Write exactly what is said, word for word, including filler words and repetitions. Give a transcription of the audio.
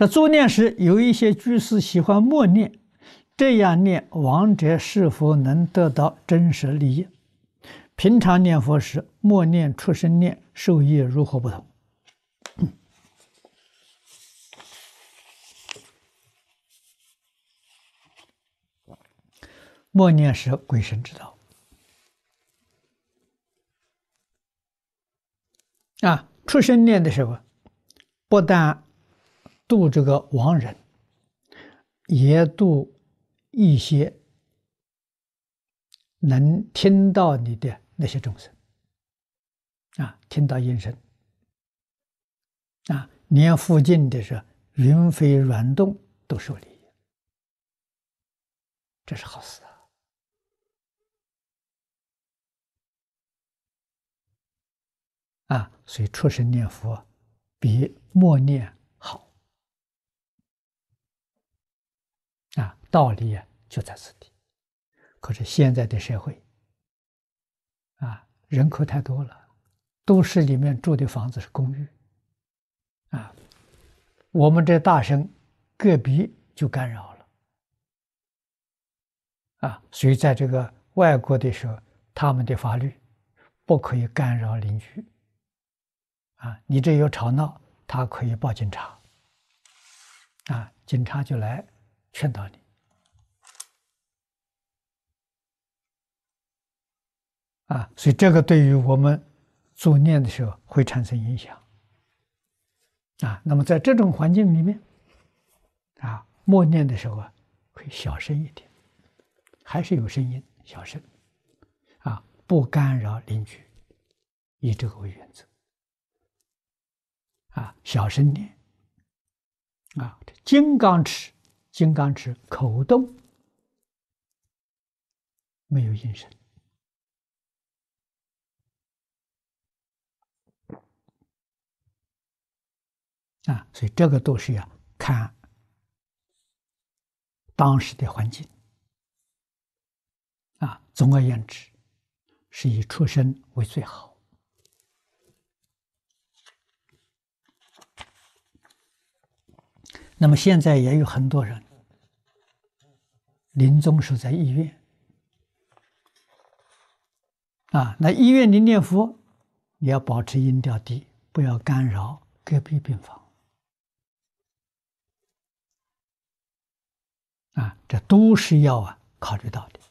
这作念时有一些居士喜欢默念，这样念亡者是否能得到真实利益？平常念佛时，默念、出声念受益如何不同？默念时鬼神知道啊，出声念的时候，不但度这个亡人，也度一些能听到你的那些众生啊，听到音声啊，念附近的是云飞软动都受利益，这是好事啊！啊，所以出声念佛比默念好啊，道理啊就在此地。可是现在的社会啊，人口太多了，都市里面住的房子是公寓啊，我们这大声个别就干扰了啊，所以在这个外国的时候，他们的法律不可以干扰邻居啊，你这有吵闹，他可以报警察啊，警察就来劝导你啊，所以这个对于我们作念的时候会产生影响啊。那么在这种环境里面啊，默念的时候啊，会小声一点，还是有声音，小声啊，不干扰邻居，以这个为原则啊，小声念啊。金刚持，金刚持口动没有音声啊，所以这个都是要看当时的环境啊。总而言之，是以出声为最好。那么现在也有很多人临终时在医院啊，那医院里念佛，你要保持音调低，不要干扰隔壁病房啊，这都是要啊考虑到的。